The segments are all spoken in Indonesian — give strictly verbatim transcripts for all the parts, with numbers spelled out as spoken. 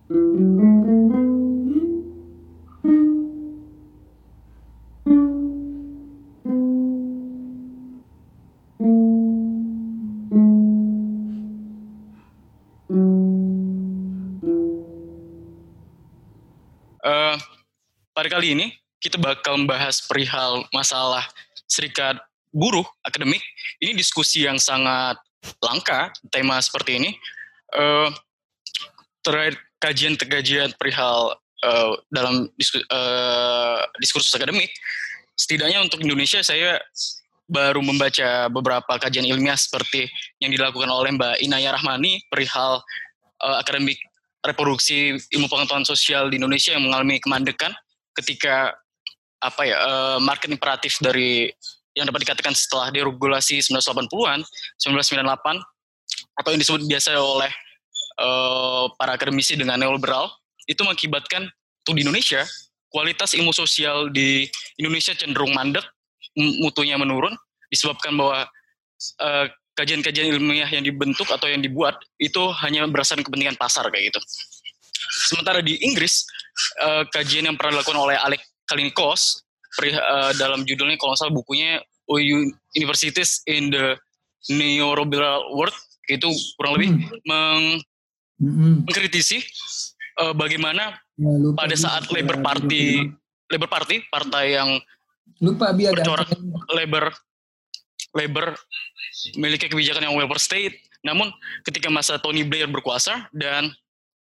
Uh, pada kali ini kita bakal membahas perihal masalah serikat buruh akademik. Ini diskusi yang sangat langka, tema seperti ini. Uh, terkait kajian-kajian perihal uh, dalam disku, uh, diskursus akademik, setidaknya untuk Indonesia saya baru membaca beberapa kajian ilmiah seperti yang dilakukan oleh Mbak Inaya Rahmani perihal uh, akademik reproduksi ilmu pengetahuan sosial di Indonesia yang mengalami kemandekan ketika apa ya uh, market imperatif dari yang dapat dikatakan setelah deregulasi sembilan belas delapan puluhan, sembilan belas sembilan puluh delapan atau yang disebut biasa oleh uh, para akademisi dengan neoliberal itu mengakibatkan untuk di Indonesia kualitas ilmu sosial di Indonesia cenderung mandek, mutunya menurun disebabkan bahwa uh, kajian-kajian ilmiah yang dibentuk atau yang dibuat itu hanya berdasarkan kepentingan pasar kayak gitu. Sementara di Inggris, uh, kajian yang pernah dilakukan oleh Alec Kalinikos uh, dalam judulnya kalau nggak salah bukunya Universities in the Neoliberal World itu kurang lebih hmm. meng, hmm. mengkritisi uh, bagaimana ya, pada saat Labour Party, Labour Party partai yang lupa biar bercorak Labour Labour memiliki kebijakan yang welfare state, namun ketika masa Tony Blair berkuasa dan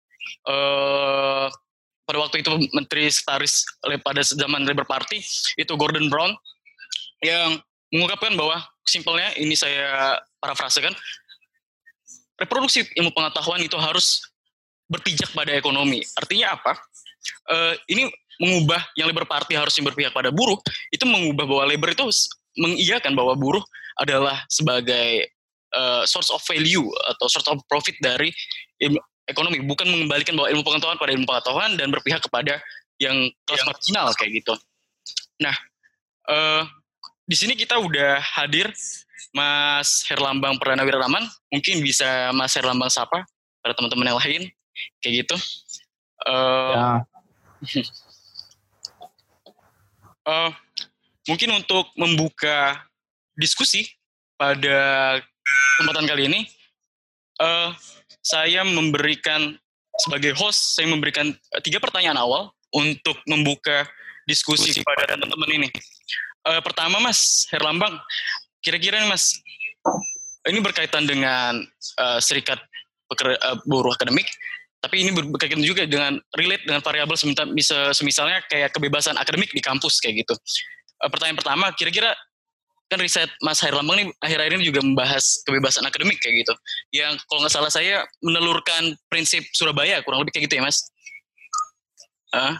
uh, pada waktu itu Menteri Sekretaris pada zaman Labour Party itu Gordon Brown yang mengungkapkan bahwa simpelnya ini saya parafrasekan, reproduksi ilmu pengetahuan itu harus berpijak pada ekonomi. Artinya apa? Uh, ini mengubah yang Labour Party harusnya berpihak pada buruh, itu mengubah bahwa Labour itu mengiyakan bahwa buruh adalah sebagai uh, source of value atau source of profit dari ilmu ekonomi, bukan mengembalikan bahwa ilmu pengetahuan pada ilmu pengetahuan dan berpihak kepada yang kelas marginal kayak gitu. Nah, uh, di sini kita udah hadir Mas Herlambang Perdana Wiraraman, mungkin bisa Mas Herlambang sapa pada teman-teman yang lain kayak gitu. Uh, ya. uh, mungkin untuk membuka diskusi pada kesempatan kali ini, uh, saya memberikan sebagai host, saya memberikan tiga pertanyaan awal untuk membuka diskusi pada teman-teman ini. Uh, pertama, Mas Herlambang, kira-kira nih Mas, ini berkaitan dengan uh, serikat peker, uh, buruh akademik, tapi ini berkaitan juga dengan relate dengan variabel semisal, semisalnya kayak kebebasan akademik di kampus kayak gitu. Uh, pertanyaan pertama, kira-kira kan riset Mas Herlambang ini akhir-akhir ini juga membahas kebebasan akademik kayak gitu. Yang kalau nggak salah saya menelurkan prinsip Surabaya kurang lebih kayak gitu ya Mas. Uh,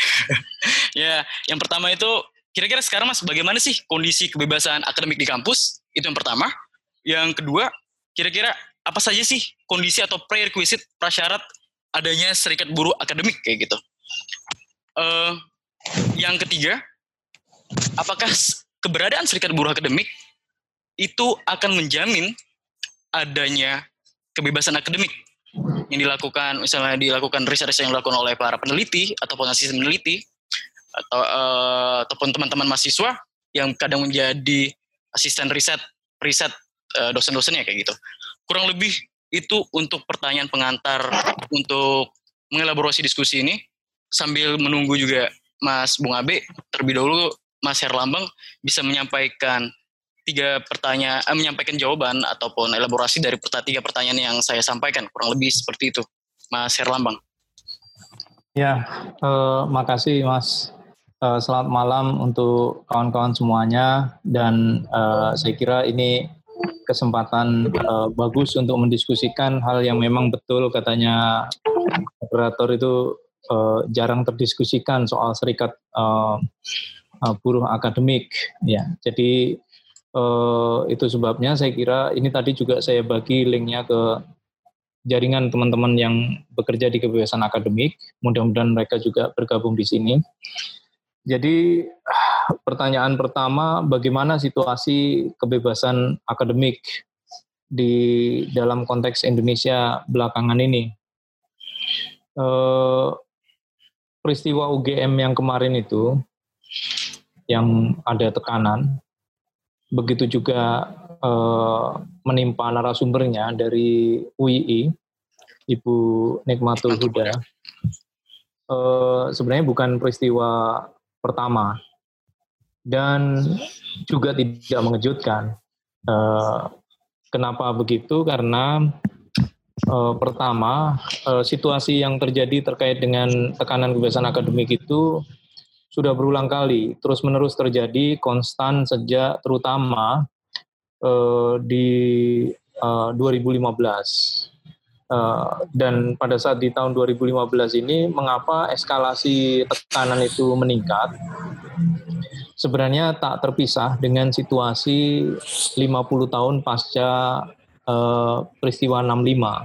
ya, yang pertama itu kira-kira sekarang Mas bagaimana sih kondisi kebebasan akademik di kampus? Itu yang pertama. Yang kedua, kira-kira apa saja sih kondisi atau prerequisite prasyarat adanya serikat buruh akademik kayak gitu. Uh, yang ketiga, apakah keberadaan serikat buruh akademik itu akan menjamin adanya kebebasan akademik yang dilakukan, misalnya dilakukan riset-riset yang dilakukan oleh para peneliti ataupun asisten peneliti atau uh, ataupun teman-teman mahasiswa yang kadang menjadi asisten riset riset uh, dosen-dosennya kayak gitu. Kurang lebih itu untuk pertanyaan pengantar untuk mengelaborasi diskusi ini, sambil menunggu juga Mas Bung Abe terlebih dahulu. Mas Herlambang bisa menyampaikan tiga pertanyaan, eh, menyampaikan jawaban ataupun elaborasi dari tiga pertanyaan yang saya sampaikan, kurang lebih seperti itu, Mas Herlambang. Ya, eh, makasih Mas. Eh, selamat malam untuk kawan-kawan semuanya, dan eh, saya kira ini kesempatan eh, bagus untuk mendiskusikan hal yang memang betul katanya moderator itu eh, jarang terdiskusikan soal serikat eh, buruh akademik, ya. Jadi eh, itu sebabnya saya kira ini tadi juga saya bagi linknya ke jaringan teman-teman yang bekerja di kebebasan akademik. Mudah-mudahan mereka juga bergabung di sini. Jadi pertanyaan pertama, bagaimana situasi kebebasan akademik di dalam konteks Indonesia belakangan ini? eh, peristiwa U G M yang kemarin itu, yang ada tekanan, begitu juga eh, menimpa narasumbernya dari U I I, Ibu Nikmatul Huda, eh, sebenarnya bukan peristiwa pertama dan juga tidak mengejutkan. Eh, kenapa begitu? Karena eh, pertama, eh, situasi yang terjadi terkait dengan tekanan kebebasan akademik itu sudah berulang kali, terus-menerus terjadi, konstan sejak terutama eh, di eh, dua ribu lima belas. Uh, dan pada saat di tahun dua ribu lima belas ini, mengapa eskalasi tekanan itu meningkat? Sebenarnya tak terpisah dengan situasi lima puluh tahun pasca uh, peristiwa enam puluh lima,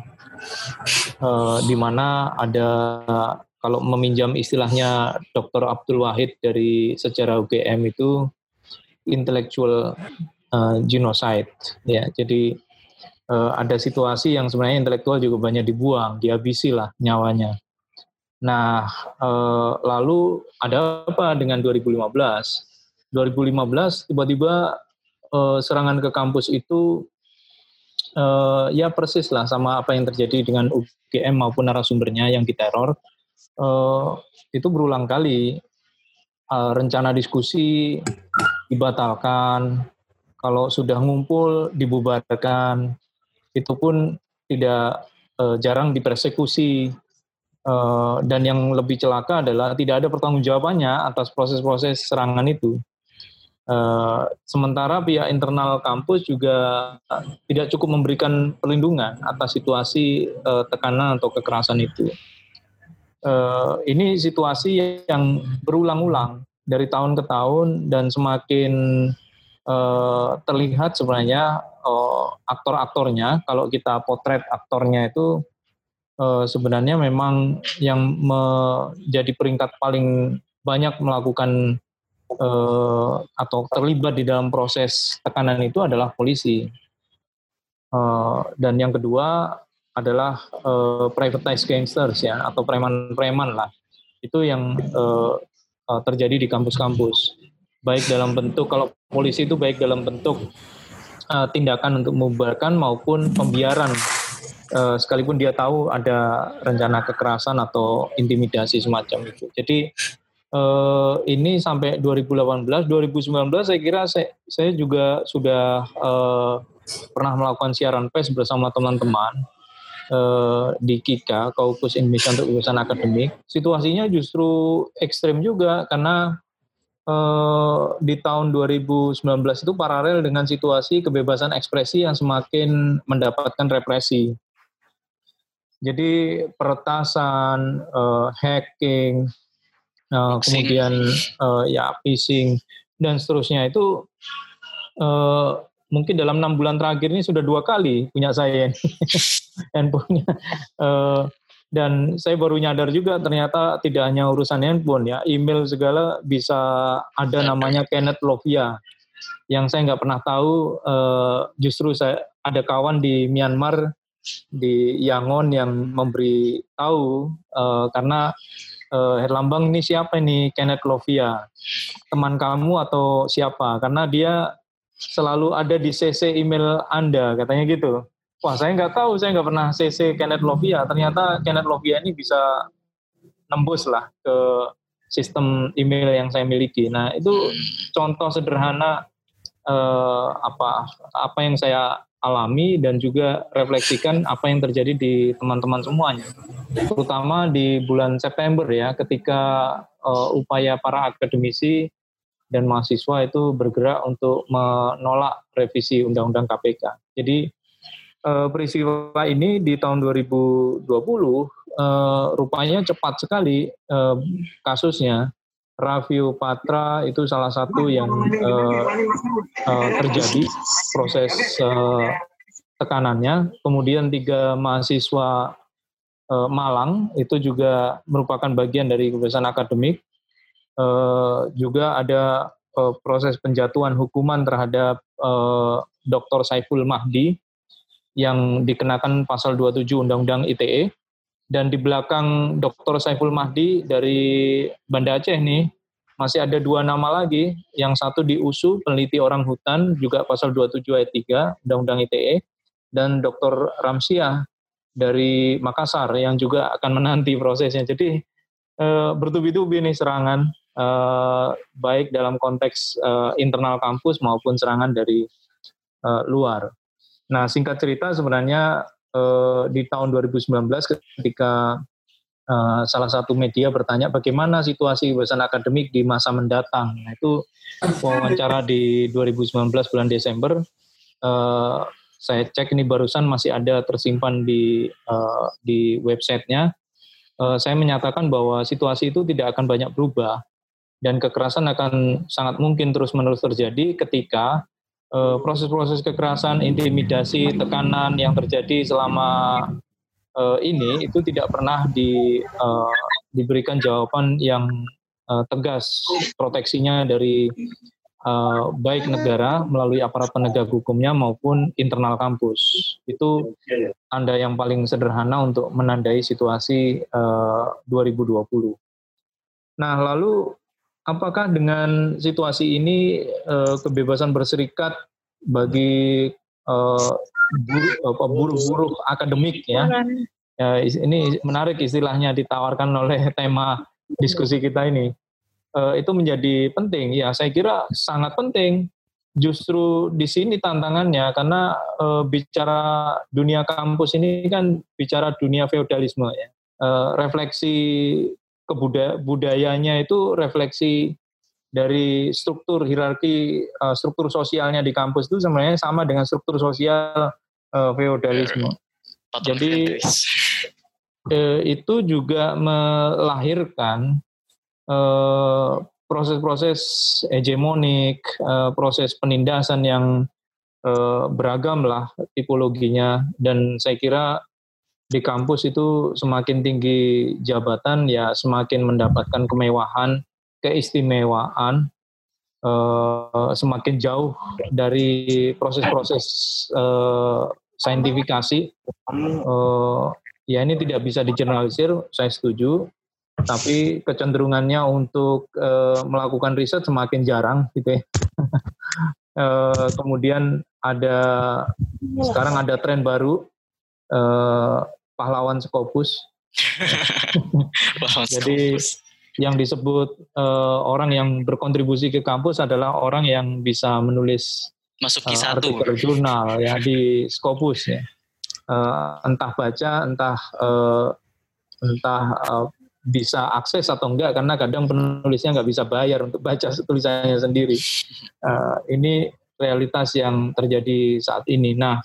uh, di mana ada, kalau meminjam istilahnya doktor Abdul Wahid dari sejarah U G M itu, intellectual uh, genocide. Ya, jadi Uh, ada situasi yang sebenarnya intelektual juga banyak dibuang, dihabisi lah nyawanya. Nah, uh, lalu ada apa dengan dua ribu lima belas? dua ribu lima belas tiba-tiba uh, serangan ke kampus itu uh, ya persis lah sama apa yang terjadi dengan U G M maupun narasumbernya yang diteror. Uh, itu berulang kali. Uh, rencana diskusi dibatalkan, kalau sudah ngumpul dibubarkan. Itu pun tidak eh, jarang dipersekusi, eh, dan yang lebih celaka adalah tidak ada pertanggungjawabannya atas proses-proses serangan itu. Eh, sementara pihak internal kampus juga tidak cukup memberikan perlindungan atas situasi eh, tekanan atau kekerasan itu. Eh, ini situasi yang berulang-ulang dari tahun ke tahun dan semakin eh, terlihat sebenarnya eh, aktor-aktornya. Kalau kita potret aktornya itu eh, sebenarnya memang yang menjadi peringkat paling banyak melakukan eh, atau terlibat di dalam proses tekanan itu adalah polisi. Eh, dan yang kedua adalah eh, privatized gangsters ya, atau preman-preman lah. Itu yang eh, eh, terjadi di kampus-kampus. Baik dalam bentuk, kalau polisi itu baik dalam bentuk uh, tindakan untuk membubarkan maupun pembiaran, uh, sekalipun dia tahu ada rencana kekerasan atau intimidasi semacam itu. Jadi uh, ini sampai dua ribu delapan belas, dua ribu sembilan belas saya kira saya, saya juga sudah uh, pernah melakukan siaran pers bersama teman-teman uh, di KIKA, Kaukus Indonesia untuk Kebebasan Akademik. Situasinya justru ekstrem juga karena Uh, di tahun dua ribu sembilan belas itu paralel dengan situasi kebebasan ekspresi yang semakin mendapatkan represi. Jadi peretasan, uh, hacking, uh, kemudian uh, ya phishing dan seterusnya itu uh, mungkin dalam enam bulan terakhir ini sudah dua kali punya saya handphonenya. Uh, Dan saya baru nyadar juga ternyata tidak hanya urusan handphone ya, email segala bisa ada namanya Kenneth Lovia, yang saya nggak pernah tahu. Eh, justru saya ada kawan di Myanmar, di Yangon, yang memberi tahu, eh, karena eh, Herlambang, ini siapa ini Kenneth Lovia, teman kamu atau siapa? Karena dia selalu ada di C C email Anda, katanya gitu. Wah, saya nggak tahu, saya nggak pernah C C Kenneth Lovia. Ternyata Kenneth Lovia ini bisa nembus lah ke sistem email yang saya miliki. Nah, itu contoh sederhana eh, apa apa yang saya alami dan juga refleksikan apa yang terjadi di teman-teman semuanya. Terutama di bulan September ya, ketika eh, upaya para akademisi dan mahasiswa itu bergerak untuk menolak revisi Undang-Undang K P K. Jadi Uh, peristiwa ini di tahun dua ribu dua puluh uh, rupanya cepat sekali uh, kasusnya. Raffio Patra itu salah satu yang uh, uh, terjadi proses uh, tekanannya. Kemudian tiga mahasiswa uh, Malang itu juga merupakan bagian dari kebebasan akademik. Uh, juga ada uh, proses penjatuhan hukuman terhadap uh, Doktor Saiful Mahdi yang dikenakan pasal dua puluh tujuh Undang-Undang I T E. Dan di belakang doktor Saiful Mahdi dari Banda Aceh nih, masih ada dua nama lagi. Yang satu di U S U, peneliti orang hutan, juga pasal dua puluh tujuh ayat tiga, Undang-Undang I T E. Dan doktor Ramsiah dari Makassar yang juga akan menanti prosesnya. Jadi eh, bertubi-tubi nih serangan, eh, baik dalam konteks eh, internal kampus maupun serangan dari eh, luar. Nah, singkat cerita sebenarnya eh, di tahun dua ribu sembilan belas ketika eh, salah satu media bertanya bagaimana situasi kebebasan akademik di masa mendatang. Nah, itu wawancara di dua ribu sembilan belas bulan Desember. Eh, saya cek ini barusan masih ada tersimpan di eh, di websitenya. Eh, saya menyatakan bahwa situasi itu tidak akan banyak berubah dan kekerasan akan sangat mungkin terus-menerus terjadi ketika Uh, proses-proses kekerasan, intimidasi, tekanan yang terjadi selama uh, ini itu tidak pernah di, uh, diberikan jawaban yang uh, tegas, proteksinya dari uh, baik negara melalui aparat penegak hukumnya maupun internal kampus. Itu tanda yang paling sederhana untuk menandai situasi uh, dua ribu dua puluh. Nah, lalu apakah dengan situasi ini eh, kebebasan berserikat bagi eh, buruh-buruh akademik ya, ya, ini menarik istilahnya ditawarkan oleh tema diskusi kita ini, eh, itu menjadi penting. Ya, saya kira sangat penting. Justru di sini tantangannya karena eh, bicara dunia kampus ini kan bicara dunia feodalisme ya, eh, refleksi kebudayaan budayanya itu refleksi dari struktur hierarki uh, struktur sosialnya di kampus itu sebenarnya sama dengan struktur sosial uh, feodalisme. Jadi uh, itu juga melahirkan uh, proses-proses hegemonik, uh, proses penindasan yang uh, beragam lah tipologinya, dan saya kira di kampus itu semakin tinggi jabatan ya semakin mendapatkan kemewahan, keistimewaan, eh, semakin jauh dari proses-proses eh, saintifikasi. Eh, ya ini tidak bisa digeneralisir, saya setuju, tapi kecenderungannya untuk eh, melakukan riset semakin jarang gitu ya. eh, kemudian ada sekarang ada tren baru, eh, pahlawan Scopus. Jadi yang disebut uh, orang yang berkontribusi ke kampus adalah orang yang bisa menulis masuk Q satu uh, artikel jurnal ya di Scopus ya. Uh, entah baca, entah uh, entah uh, bisa akses atau enggak, karena kadang penulisnya nggak bisa bayar untuk baca tulisannya sendiri. Uh, ini realitas yang terjadi saat ini. Nah,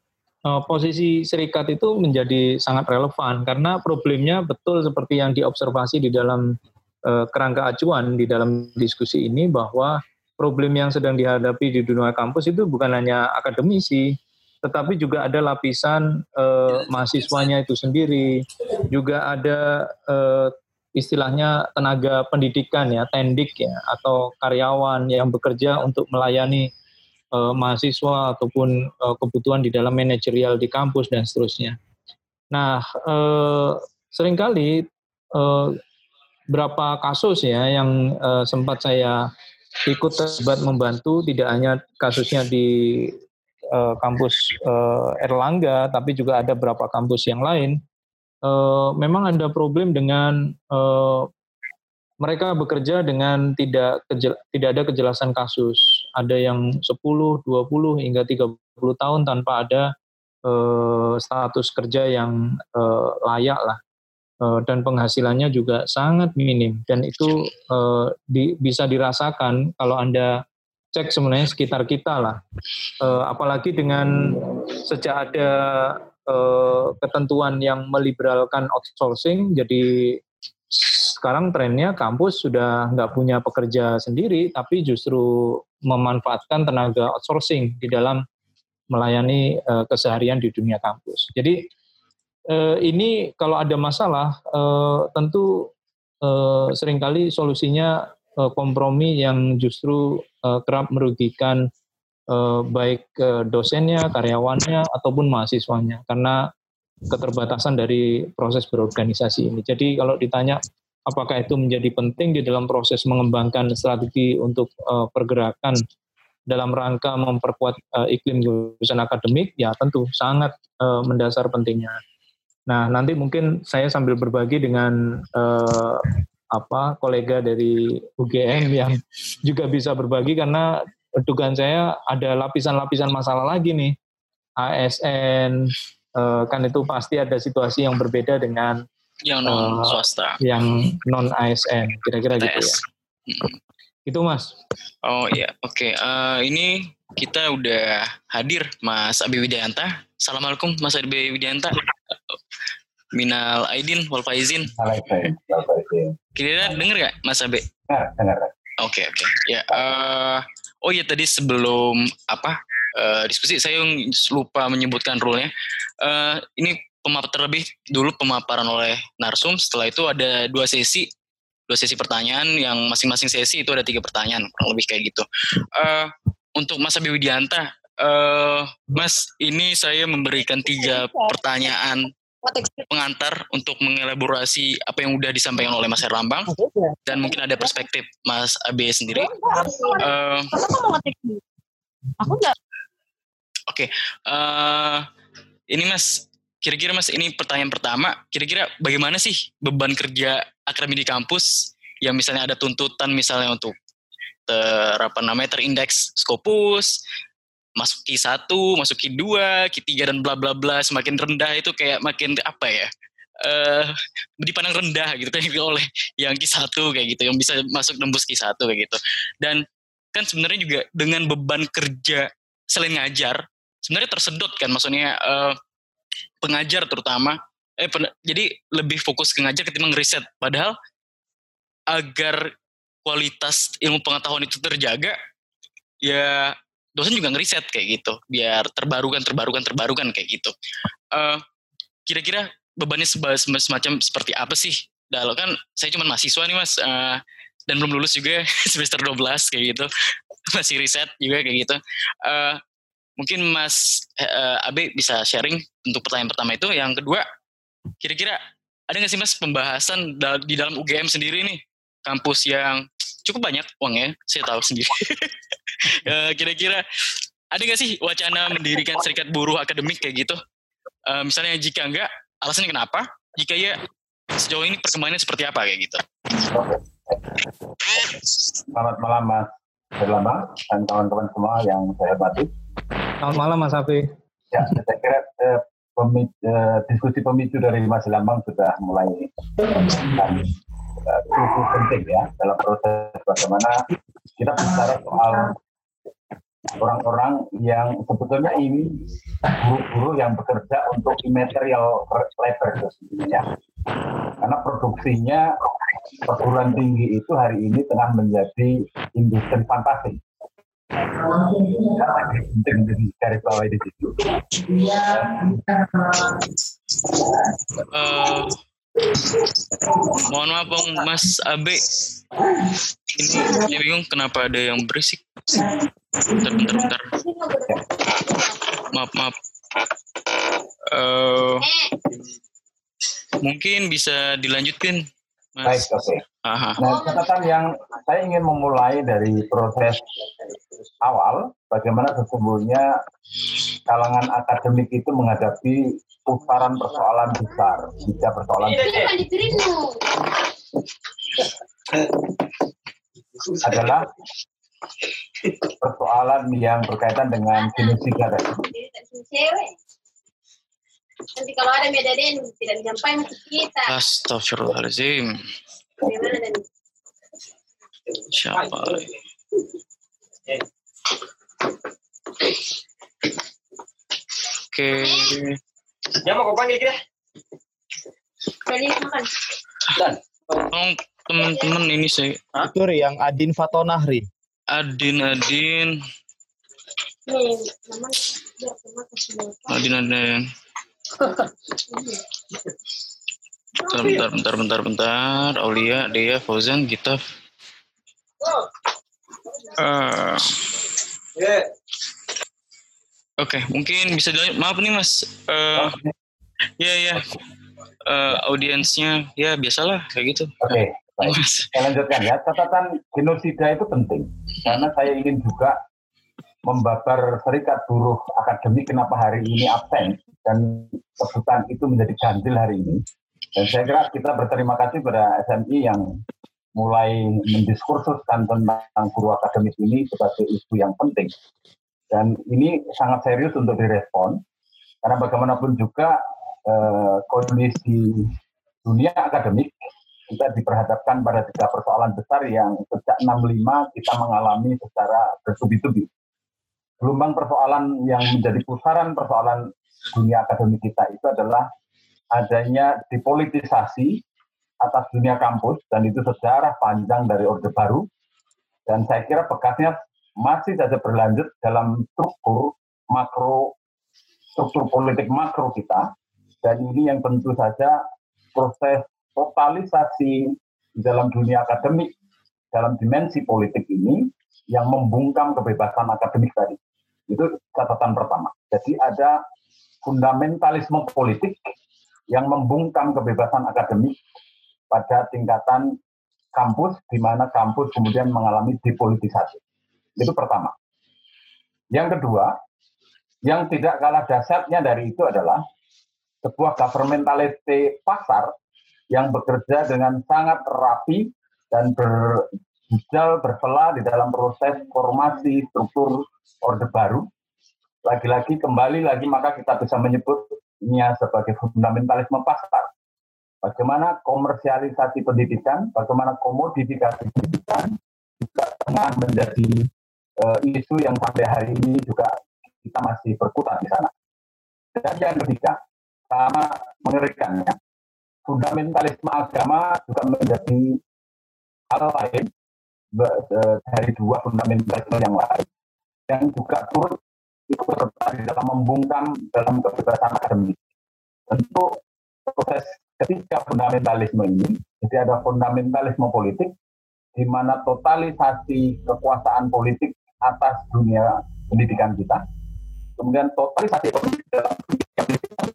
posisi serikat itu menjadi sangat relevan karena problemnya betul seperti yang diobservasi di dalam eh, kerangka acuan di dalam diskusi ini, bahwa problem yang sedang dihadapi di dunia kampus itu bukan hanya akademisi, tetapi juga ada lapisan eh, mahasiswanya itu sendiri, juga ada eh, istilahnya tenaga pendidikan ya, tendik ya, atau karyawan yang bekerja untuk melayani Uh, mahasiswa ataupun uh, kebutuhan di dalam manajerial di kampus dan seterusnya. Nah, uh, seringkali uh, berapa kasus ya yang uh, sempat saya ikut terlibat membantu, tidak hanya kasusnya di uh, kampus uh, Erlangga, tapi juga ada beberapa kampus yang lain. Uh, memang ada problem dengan uh, mereka bekerja dengan tidak kejel, tidak ada kejelasan kasus. Ada yang sepuluh, dua puluh hingga tiga puluh tahun tanpa ada eh, status kerja yang eh, layak lah. Eh, dan penghasilannya juga sangat minim, dan itu eh, di, bisa dirasakan kalau Anda cek sebenarnya sekitar kita lah. Eh, apalagi dengan sejak ada eh, ketentuan yang meliberalkan outsourcing, jadi sekarang trennya kampus sudah nggak punya pekerja sendiri, tapi justru memanfaatkan tenaga outsourcing di dalam melayani uh, keseharian di dunia kampus. Jadi uh, ini kalau ada masalah, uh, tentu uh, seringkali solusinya uh, kompromi yang justru uh, kerap merugikan uh, baik uh, dosennya, karyawannya, ataupun mahasiswanya. Karena keterbatasan dari proses berorganisasi ini. Jadi kalau ditanya apakah itu menjadi penting di dalam proses mengembangkan strategi untuk uh, pergerakan dalam rangka memperkuat uh, iklim jurusan akademik, ya tentu sangat uh, mendasar pentingnya. Nah, nanti mungkin saya sambil berbagi dengan uh, apa kolega dari U G M yang juga bisa berbagi, karena dugaan saya ada lapisan-lapisan masalah lagi nih. A S N, uh, kan itu pasti ada situasi yang berbeda dengan yang non swasta, uh, yang non A S N, kira-kira T S. Gitu ya. Hmm. Itu Mas. Oh iya, oke. Okay. Uh, ini kita udah hadir Mas Abi Widayanta. Assalamualaikum Mas Abi Widayanta. Minal Aidin wal Faizin. Kira-kira denger gak Mas Abi? Dengar, dengar. Oke, okay, oke. Okay. Ya, uh, oh iya tadi sebelum apa uh, diskusi saya lupa menyebutkan rule-nya. Uh, ini pemap terlebih dulu pemaparan oleh narsum. Setelah itu ada dua sesi. Dua sesi pertanyaan yang masing-masing sesi itu ada tiga pertanyaan, kurang lebih kayak gitu. Uh, untuk Mas Abi Widayanta, uh, Mas, ini saya memberikan tiga pertanyaan pengantar untuk mengelaborasi apa yang udah disampaikan oleh Mas Herlambang dan mungkin ada perspektif Mas Abi sendiri. Uh, Oke, okay. uh, ini Mas. Kira-kira Mas, ini pertanyaan pertama, kira-kira bagaimana sih beban kerja akademik di kampus yang misalnya ada tuntutan misalnya untuk ter, apa namanya, terindeks Scopus, masuk Q satu, masuk Q dua, Q tiga dan bla bla bla, semakin rendah itu kayak makin apa ya, uh, dipandang rendah gitu kan oleh yang Q satu kayak gitu, yang bisa masuk nembus Q satu kayak gitu. Dan kan sebenarnya juga dengan beban kerja selain ngajar, sebenarnya tersedot kan, maksudnya uh, pengajar terutama, eh pen, jadi lebih fokus ke ngajar ketimbang riset. Padahal agar kualitas ilmu pengetahuan itu terjaga, ya dosen juga ngeriset kayak gitu, biar terbarukan, terbarukan, terbarukan kayak gitu. Uh, kira-kira bebannya semacam seperti apa sih? Dalam kan saya cuma mahasiswa nih Mas, uh, dan belum lulus juga semester dua belas kayak gitu, masih riset juga kayak gitu. Uh, Mungkin Mas uh, Abe bisa sharing untuk pertanyaan pertama itu. Yang kedua, kira-kira ada nggak sih Mas pembahasan da- di dalam U G M sendiri nih, kampus yang cukup banyak uangnya, saya tahu sendiri. uh, kira-kira ada nggak sih wacana mendirikan serikat buruh akademik kayak gitu? Uh, misalnya jika enggak, alasannya kenapa? Jika ya, sejauh ini perkembangannya seperti apa kayak gitu? Selamat malam Mas Herlambang dan kawan-kawan semua yang saya hormati. Selamat malam Mas Afi. Ya, saya kira eh, pemicu, eh, diskusi pemicu dari Mas Herlambang sudah mulai dan uh, cukup penting ya dalam proses bagaimana kita bicara soal orang-orang yang sebetulnya ini guru-guru yang bekerja untuk immaterial labor ya. Karena produksinya perguruan tinggi itu hari ini tengah menjadi industri fantasi. Penting menjadi garis bawah di situ. Uh, mohon maaf Bang Mas Abe, ini saya bingung kenapa ada yang berisik. Bentar, bentar, bentar. Maaf, maaf. Uh, mungkin bisa dilanjutkan, Mas. Baik, oke. Okay. Nah, catatan yang saya ingin memulai dari proses awal, bagaimana sesungguhnya kalangan akademik itu menghadapi putaran persoalan besar, jika persoalan adalah persoalan yang berkaitan dengan genosida tadi. Nanti kalau ada medan tidak disampaikan ke kita. Astagfirullahaladzim. Siapa? Oke. Ya mau kau panggil kita? Balik makan. Tolong teman-teman ini saya. Itu yang Adin Fatonahri. Adin Adin. Nih, Adin Adin. Bentar, bentar, bentar, bentar, bentar. Aulia, Dea, Fauzan, Gita. Uh, Yeah. Oke, okay, mungkin bisa dilanjut. Maaf nih Mas. Uh, Iya, iya. Uh, audiensnya ya biasalah kayak gitu. Oke, okay, baik. Saya lanjutkan ya. Catatan genosida itu penting karena saya ingin juga membabar Serikat Buruh Akademik kenapa hari ini absen dan sebutan itu menjadi ganjil hari ini. Dan saya kira kita berterima kasih pada S M I yang mulai mendiskursuskan tentang guru akademik ini sebagai isu yang penting. Dan ini sangat serius untuk direspon karena bagaimanapun juga eh, kondisi dunia akademik kita diperhadapkan pada tiga persoalan besar yang sejak enam puluh lima kita mengalami secara bertubi-tubi. Gelombang persoalan yang menjadi pusaran persoalan dunia akademik kita itu adalah adanya depolitisasi atas dunia kampus, dan itu sejarah panjang dari Orde Baru, dan saya kira bekasnya masih saja berlanjut dalam struktur makro, struktur politik makro kita, dan ini yang tentu saja proses totalisasi di dalam dunia akademik, dalam dimensi politik ini, yang membungkam kebebasan akademik tadi. Itu catatan pertama. Jadi ada fundamentalisme politik yang membungkam kebebasan akademik pada tingkatan kampus, di mana kampus kemudian mengalami depolitisasi. Itu pertama. Yang kedua, yang tidak kalah dahsyatnya dari itu adalah sebuah governmentality pasar yang bekerja dengan sangat rapi dan berjejal bersela di dalam proses formasi struktur Orde Baru. Lagi-lagi kembali lagi maka kita bisa menyebutnya sebagai fundamentalisme pasar. Bagaimana komersialisasi pendidikan, bagaimana komodifikasi pendidikan juga tengah menjadi uh, isu yang sampai hari ini juga kita masih berkutat di sana. Dan yang ketiga, sama mengerikannya, fundamentalisme agama juga menjadi hal lain dari dua fundamentalisme yang lain yang juga turut ikut serta di dalam membungkam dalam kebebasan akademik. Tentu proses ketiga fundamentalisme ini, jadi ada fundamentalisme politik di mana totalisasi kekuasaan politik atas dunia pendidikan kita. Kemudian totalisasi politik dalam pendidikan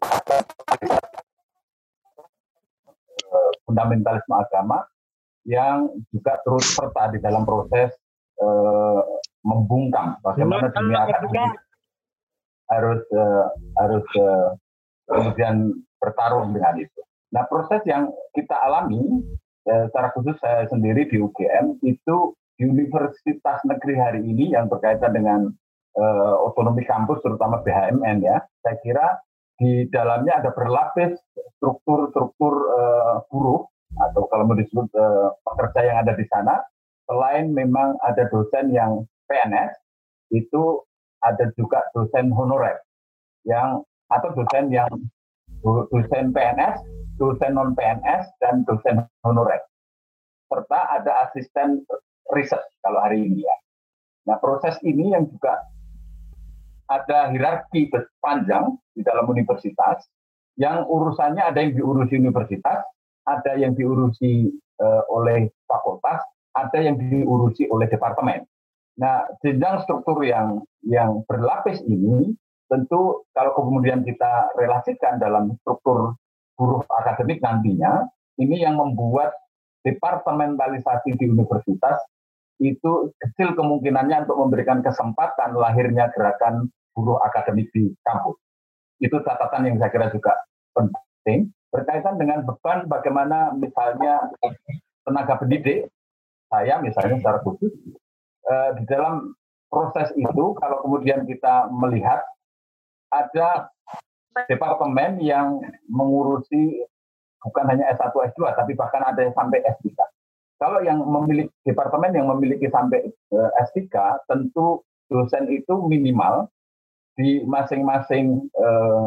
fundamentalisme agama yang juga terus serta di dalam proses eh, membungkam bagaimana dunia akademik harus eh, harus eh, kemudian bertarung dengan itu. Nah, proses yang kita alami eh, secara khusus saya sendiri di U G M itu di Universitas Negeri hari ini yang berkaitan dengan eh, otonomi kampus terutama B H M N ya. Saya kira di dalamnya ada berlapis struktur-struktur eh, buruh atau kalau mau disebut eh, pekerja yang ada di sana. Selain memang ada dosen yang P N S, itu ada juga dosen honorer yang atau dosen yang dosen P N S, dosen non P N S dan dosen honorer. Serta ada asisten riset kalau hari ini ya. Nah, proses ini yang juga ada hierarki panjang di dalam universitas yang urusannya ada yang diurusi universitas, ada yang diurusi uh, oleh fakultas, ada yang diurusi oleh departemen. Nah, jenjang struktur yang yang berlapis ini tentu kalau kemudian kita relasikan dalam struktur buruh akademik nantinya, ini yang membuat departementalisasi di universitas itu kecil kemungkinannya untuk memberikan kesempatan lahirnya gerakan buruh akademik di kampus. Itu catatan yang saya kira juga penting berkaitan dengan beban bagaimana misalnya tenaga pendidik, saya misalnya secara khusus, eh, di dalam proses itu kalau kemudian kita melihat ada departemen yang mengurusi bukan hanya S satu, S dua, tapi bahkan ada yang sampai S tiga. Kalau yang memiliki departemen yang memiliki sampai uh, S tiga, tentu dosen itu minimal di masing-masing uh,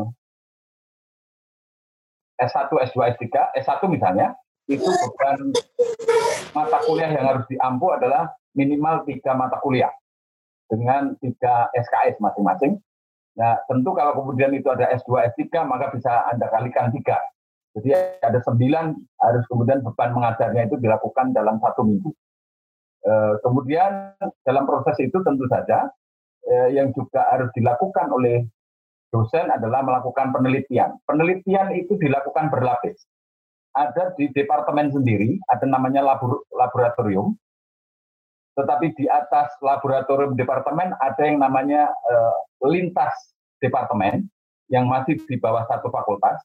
S satu, S dua, S tiga, S satu misalnya, itu bukan mata kuliah yang harus diampu adalah minimal tiga mata kuliah dengan tiga S K S masing-masing. Nah, tentu kalau kemudian itu ada S dua, S tiga, maka bisa Anda kalikan tiga. Jadi ada sembilan, harus kemudian beban mengajarnya itu dilakukan dalam satu minggu. E, kemudian dalam proses itu tentu saja e, yang juga harus dilakukan oleh dosen adalah melakukan penelitian. Penelitian itu dilakukan berlapis. Ada di departemen sendiri, ada namanya labor, laboratorium. Tetapi di atas laboratorium departemen ada yang namanya uh, lintas departemen yang masih di bawah satu fakultas.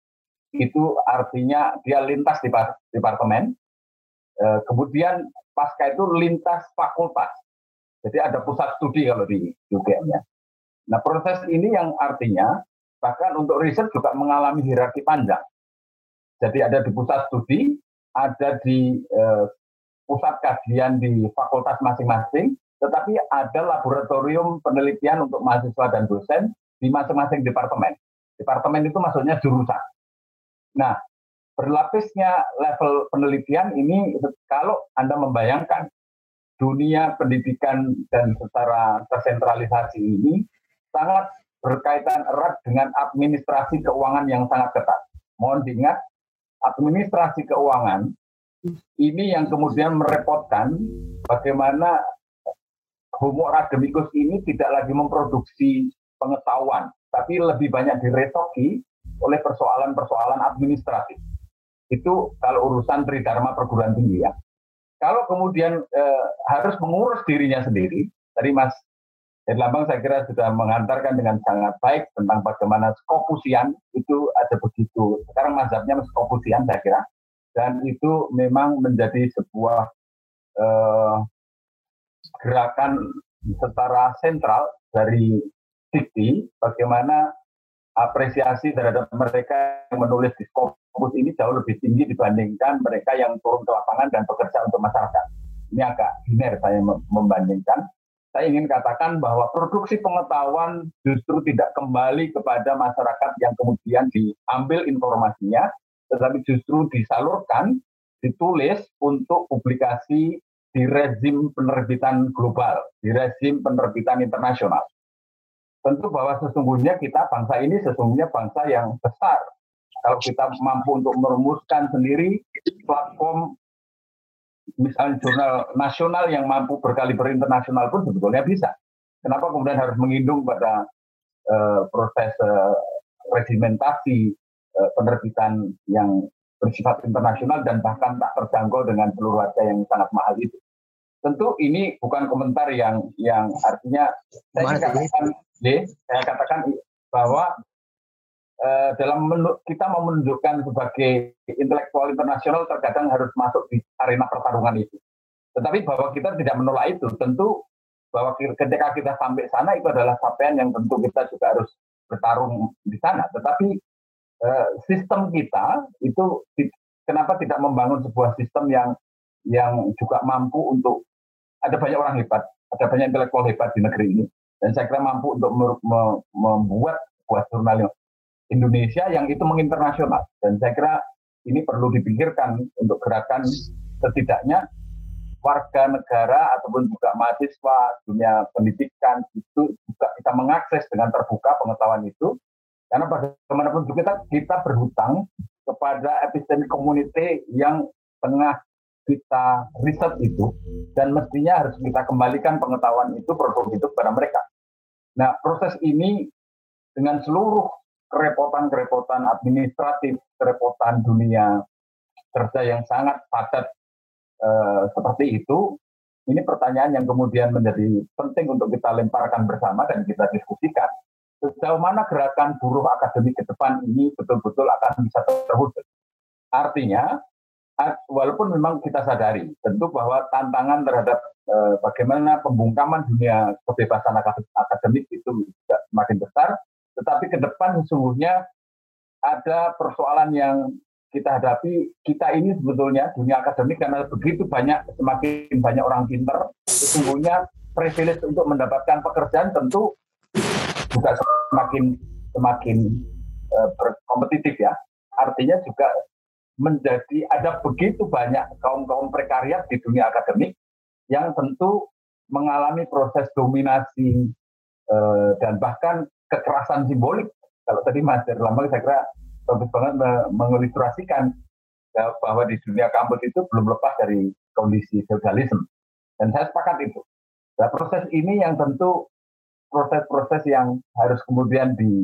Itu artinya dia lintas di departemen. Uh, kemudian pasca itu lintas fakultas. Jadi ada pusat studi kalau di U G M-nya. Nah, proses ini yang artinya bahkan untuk riset juga mengalami hierarki panjang. Jadi ada di pusat studi, ada di uh, pusat kajian di fakultas masing-masing, tetapi ada laboratorium penelitian untuk mahasiswa dan dosen di masing-masing departemen. Departemen itu maksudnya jurusan. Nah, berlapisnya level penelitian ini, kalau Anda membayangkan dunia pendidikan dan secara tersentralisasi ini sangat berkaitan erat dengan administrasi keuangan yang sangat ketat. Mohon diingat, administrasi keuangan ini yang kemudian merepotkan bagaimana homo academicus ini tidak lagi memproduksi pengetahuan, tapi lebih banyak diresoki oleh persoalan-persoalan administratif. Itu kalau urusan tridharma perguruan tinggi ya. Kalau kemudian eh, harus mengurus dirinya sendiri, tadi Mas Herlambang saya kira sudah mengantarkan dengan sangat baik tentang bagaimana Skopusian itu ada begitu. Sekarang mazhabnya Skopusian saya kira. Dan itu memang menjadi sebuah eh, gerakan secara sentral dari Dikti, bagaimana apresiasi terhadap mereka yang menulis di Skopus ini jauh lebih tinggi dibandingkan mereka yang turun ke lapangan dan bekerja untuk masyarakat. Ini agak biner saya membandingkan. Saya ingin katakan bahwa produksi pengetahuan justru tidak kembali kepada masyarakat yang kemudian diambil informasinya, tetapi justru disalurkan, ditulis untuk publikasi di rezim penerbitan global, di rezim penerbitan internasional. Tentu bahwa sesungguhnya kita bangsa ini sesungguhnya bangsa yang besar. Kalau kita mampu untuk merumuskan sendiri platform, misalnya jurnal nasional yang mampu berkaliber internasional pun sebetulnya bisa. Kenapa kemudian harus mengindung pada uh, proses uh, regimentasi uh, penerbitan yang bersifat internasional dan bahkan tak terjangkau dengan seluruh harga yang sangat mahal itu. Tentu ini bukan komentar yang yang artinya saya katakan, ya, saya katakan bahwa uh, dalam menu, kita mau menunjukkan sebagai intelektual internasional terkadang harus masuk di arena pertarungan itu. Tetapi bahwa kita tidak menolak itu, tentu bahwa ketika kita sampai sana itu adalah capaian yang tentu kita juga harus bertarung di sana. Tetapi uh, sistem kita itu kenapa tidak membangun sebuah sistem yang yang juga mampu untuk ada banyak orang hebat, ada banyak intelektual hebat di negeri ini, dan saya kira mampu untuk me- me- membuat sebuah jurnal Indonesia yang itu menginternasional. Dan saya kira ini perlu dipikirkan untuk gerakan setidaknya warga negara ataupun juga mahasiswa dunia pendidikan itu juga bisa mengakses dengan terbuka pengetahuan itu, karena bagaimanapun juga kita, kita berhutang kepada epistemic community yang tengah kita riset itu, dan mestinya harus kita kembalikan pengetahuan itu, produk itu kepada mereka. Nah, proses ini dengan seluruh kerepotan-kerepotan administratif, kerepotan dunia kerja yang sangat padat eh, seperti itu, ini pertanyaan yang kemudian menjadi penting untuk kita lemparkan bersama dan kita diskusikan. Sejauh mana gerakan buruh akademik ke depan ini betul-betul akan bisa terwujud. Artinya, walaupun memang kita sadari tentu bahwa tantangan terhadap eh, bagaimana pembungkaman dunia kebebasan akademik itu juga semakin besar, tetapi ke depan sesungguhnya ada persoalan yang kita hadapi. Kita ini sebetulnya dunia akademik karena begitu banyak, semakin banyak orang pintar, sesungguhnya privilege untuk mendapatkan pekerjaan tentu juga semakin semakin eh, berkompetitif ya. Artinya juga menjadi ada begitu banyak kaum-kaum prekariat di dunia akademik yang tentu mengalami proses dominasi eh, dan bahkan kekerasan simbolik. Kalau tadi Mas Herlambang saya kira bagus banget mengilustrasikan ya, bahwa di dunia kampus itu belum lepas dari kondisi feudalisme, dan saya sepakat itu. Nah, proses ini yang tentu proses-proses yang harus kemudian di,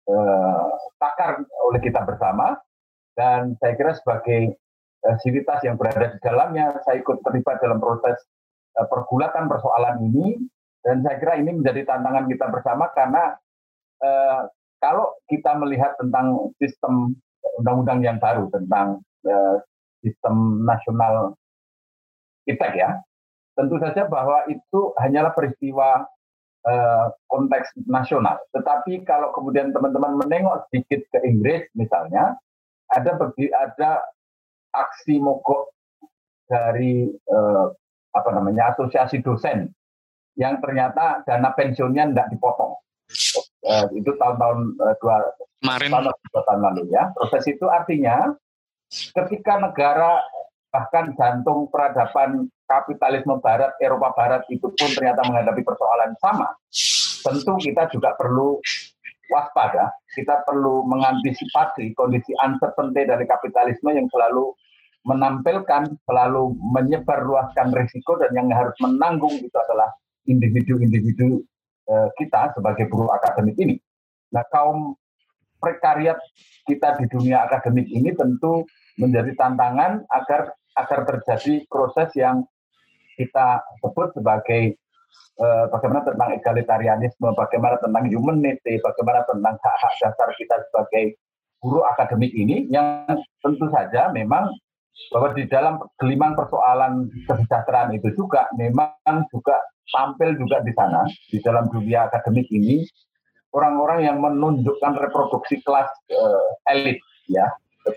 uh, takar oleh kita bersama, dan saya kira sebagai uh, sivitas yang berada di dalamnya, saya ikut terlibat dalam proses uh, pergulatan persoalan ini, dan saya kira ini menjadi tantangan kita bersama karena uh, kalau kita melihat tentang sistem undang-undang yang baru tentang uh, sistem nasional iptek ya, tentu saja bahwa itu hanyalah peristiwa uh, konteks nasional. Tetapi kalau kemudian teman-teman menengok sedikit ke Inggris misalnya, ada ada aksi mogok dari uh, apa namanya asosiasi dosen yang ternyata dana pensiunnya tidak dipotong. Uh, itu tahun-tahun uh, dua, tahun, dua tahun lalu ya. Proses itu artinya ketika negara bahkan jantung peradaban kapitalisme Barat, Eropa Barat itu pun ternyata menghadapi persoalan sama. Tentu kita juga perlu waspada, kita perlu mengantisipasi kondisi uncertainty dari kapitalisme yang selalu menampilkan, selalu menyebarluaskan risiko, dan yang harus menanggung itu adalah individu-individu eh, kita sebagai buruh akademik ini. Nah, kaum prekariat kita di dunia akademik ini tentu menjadi tantangan agar agar terjadi proses yang kita sebut sebagai eh, bagaimana tentang egalitarianisme, bagaimana tentang humanity, bagaimana tentang hak-hak dasar kita sebagai buruh akademik ini, yang tentu saja memang bahwa di dalam gelimang persoalan kesejahteraan itu juga memang juga tampil juga di sana, di dalam dunia akademik ini, orang-orang yang menunjukkan reproduksi kelas eh, elit, ya,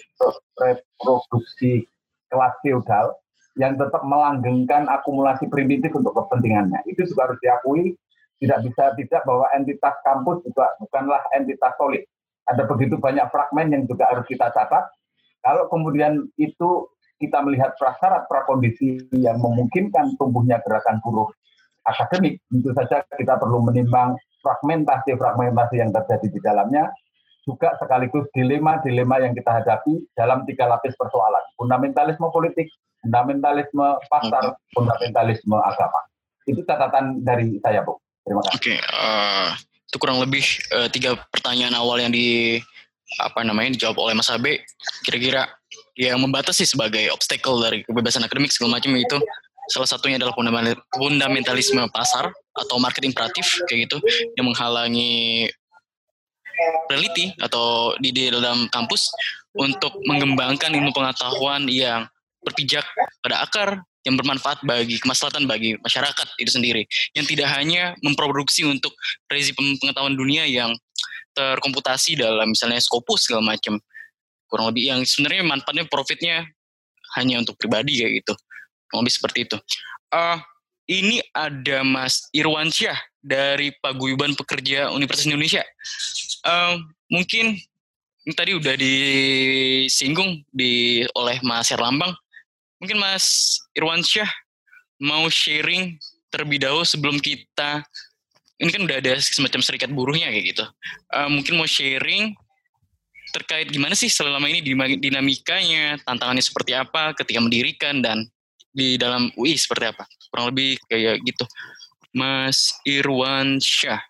reproduksi kelas feodal yang tetap melanggengkan akumulasi primitif untuk kepentingannya. Itu juga harus diakui, tidak bisa tidak bahwa entitas kampus juga bukanlah entitas solid. Ada begitu banyak fragmen yang juga harus kita catat. Kalau kemudian itu kita melihat prasyarat prakondisi yang memungkinkan tumbuhnya gerakan buruh akademik, tentu saja kita perlu menimbang fragmentasi-fragmentasi yang terjadi di dalamnya, juga sekaligus dilema-dilema yang kita hadapi dalam tiga lapis persoalan. Fundamentalisme politik, fundamentalisme pasar, fundamentalisme agama. Itu catatan dari saya, Bu. Terima kasih. Oke, okay, uh, itu kurang lebih uh, tiga pertanyaan awal yang di apa namanya dijawab oleh Mas Abe. Kira-kira yang membatasi sebagai obstacle dari kebebasan akademik segala macam itu salah satunya adalah fundamentalisme pasar atau market imperatif kayak gitu yang menghalangi peneliti atau di, di dalam kampus untuk mengembangkan ilmu pengetahuan yang berpijak pada akar yang bermanfaat bagi kemaslahatan bagi masyarakat itu sendiri, yang tidak hanya memproduksi untuk rezim pengetahuan dunia yang terkomputasi dalam misalnya Scopus segala macam, kurang lebih yang sebenarnya manfaatnya profitnya hanya untuk pribadi kayak gitu, kurang lebih seperti itu. Uh, ini ada Mas Irwansyah dari Paguyuban Pekerja Universitas Indonesia. Uh, mungkin tadi udah disinggung di oleh Mas Herlambang. Mungkin Mas Irwansyah mau sharing terlebih dahulu sebelum kita, ini kan udah ada semacam serikat buruhnya kayak gitu. Uh, mungkin mau sharing terkait gimana sih selama ini dinamikanya, tantangannya seperti apa ketika mendirikan dan di dalam U I seperti apa. Kurang lebih kayak gitu. Mas Irwansyah.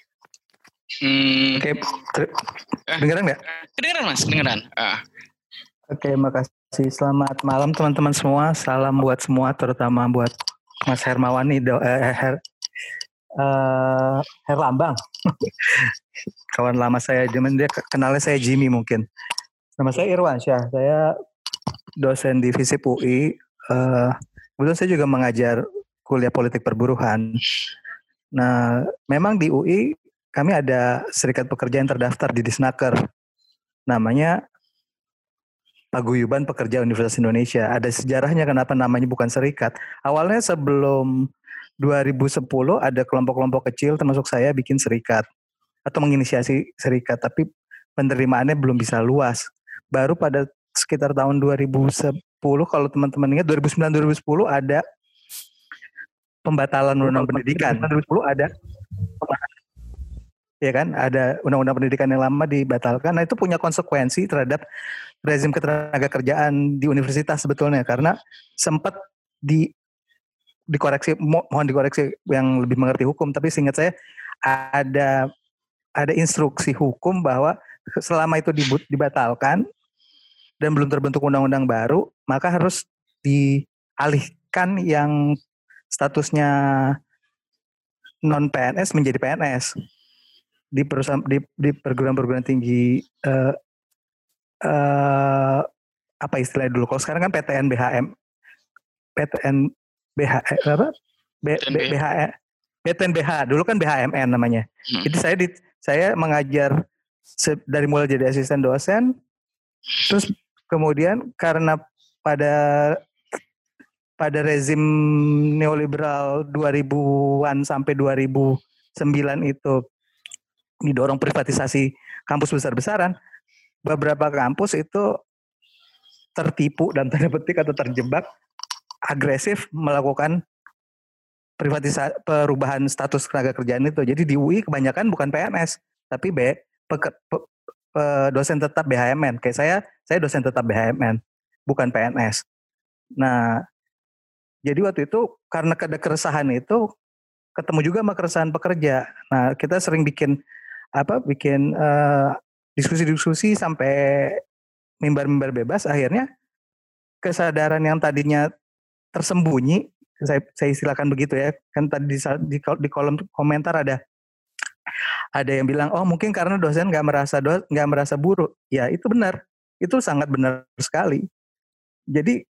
Hmm. Oke, kedengeran nggak? Kedengeran Mas, kedengeran. Ah. Oke, makasih. Selamat malam teman-teman semua. Salam buat semua, terutama buat Mas Hermawani, do, eh, Her, eh, Herlambang. Kawan lama saya, dia kenalnya saya Jimmy mungkin. Nama saya Irwansyah. Saya dosen di FISIP U I. Eh, kebetulan saya juga mengajar kuliah politik perburuhan. Nah, memang di U I kami ada serikat pekerja yang terdaftar di Disnaker. Namanya Paguyuban Pekerja Universitas Indonesia. Ada sejarahnya kenapa namanya bukan serikat. Awalnya sebelum dua ribu sepuluh ada kelompok-kelompok kecil termasuk saya bikin serikat atau menginisiasi serikat, tapi penerimaannya belum bisa luas. Baru pada sekitar tahun dua ribu sepuluh, kalau teman-teman ingat, dua ribu sembilan dua ribu sepuluh ada pembatalan undang-undang pendidikan. dua ribu sepuluh ada ya kan, ada undang-undang pendidikan yang lama dibatalkan. Nah, itu punya konsekuensi terhadap rezim ketenaga kerjaan di universitas sebetulnya, karena sempat di dikoreksi, mo, mohon dikoreksi yang lebih mengerti hukum, tapi seingat saya ada ada instruksi hukum bahwa selama itu dibatalkan dan belum terbentuk undang-undang baru, maka harus dialihkan yang statusnya non P N S menjadi P N S di perusahaan di, di perguruan-perguruan tinggi uh, uh, apa istilahnya dulu. Kalau sekarang kan P T N B H M, P T N B H apa? B, B, B H M, P T N B H dulu kan B H M N namanya. Hmm. Jadi saya di, saya mengajar dari mulai jadi asisten dosen, terus kemudian karena pada pada rezim neoliberal dua ribuan sampai dua ribu sembilan itu didorong privatisasi kampus besar-besaran, beberapa kampus itu tertipu dan tanda petik atau terjebak agresif melakukan privatisasi perubahan status tenaga kerjaan itu. Jadi di U I kebanyakan bukan P N S tapi B, pe, pe, pe, dosen tetap B H M N. Kayak saya, saya dosen tetap B H M N, bukan P N S. Nah, jadi waktu itu karena ada keresahan itu ketemu juga sama keresahan pekerja. Nah, kita sering bikin apa? Bikin uh, diskusi-diskusi sampai mimbar-mimbar bebas. Akhirnya kesadaran yang tadinya tersembunyi, saya, saya istilahkan begitu ya, kan tadi di, di, di kolom komentar ada ada yang bilang, oh mungkin karena dosen nggak merasa nggak merasa buruh. Ya itu benar, itu sangat benar sekali. Jadi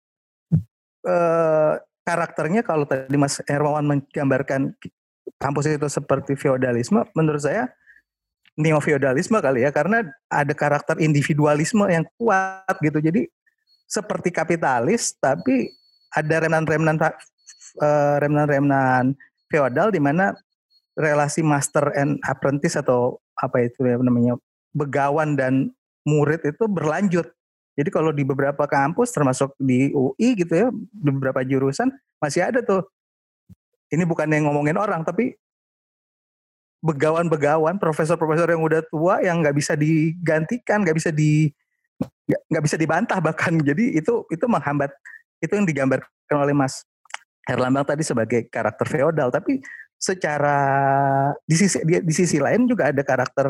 eh, karakternya kalau tadi Mas Hermawan menggambarkan kampus itu seperti feodalisme, menurut saya neo-feodalisme kali ya, karena ada karakter individualisme yang kuat gitu. Jadi seperti kapitalis, tapi ada remnan-remnan uh, remnan-remnan feodal di mana relasi master and apprentice atau apa itu ya namanya, begawan dan murid itu berlanjut. Jadi kalau di beberapa kampus termasuk di U I gitu ya, di beberapa jurusan masih ada tuh. Ini bukan yang ngomongin orang, tapi begawan-begawan, profesor-profesor yang udah tua yang nggak bisa digantikan, nggak bisa di nggak bisa dibantah bahkan. Jadi itu itu menghambat. Itu yang digambarkan oleh Mas Herlambang tadi sebagai karakter feodal, tapi secara di sisi di, di sisi lain juga ada karakter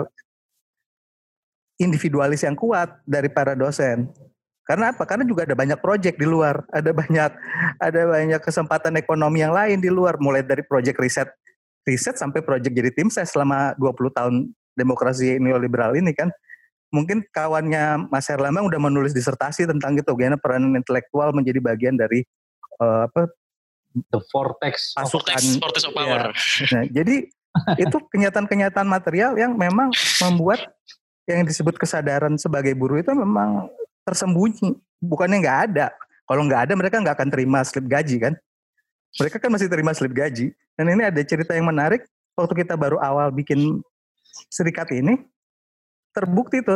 individualis yang kuat dari para dosen. Karena apa? Karena juga ada banyak proyek di luar, ada banyak ada banyak kesempatan ekonomi yang lain di luar, mulai dari proyek riset riset sampai proyek jadi tim ses selama dua puluh tahun demokrasi neoliberal ini kan. Mungkin kawannya Mas Herlambang udah menulis disertasi tentang itu, bagaimana peran intelektual menjadi bagian dari uh, apa the vortex pasukan vortex of power. Ya. Nah, jadi itu kenyataan-kenyataan material yang memang membuat yang disebut kesadaran sebagai buruh itu memang tersembunyi, bukannya nggak ada. Kalau nggak ada mereka nggak akan terima slip gaji kan? Mereka kan masih terima slip gaji. Dan ini ada cerita yang menarik, waktu kita baru awal bikin serikat ini, terbukti tuh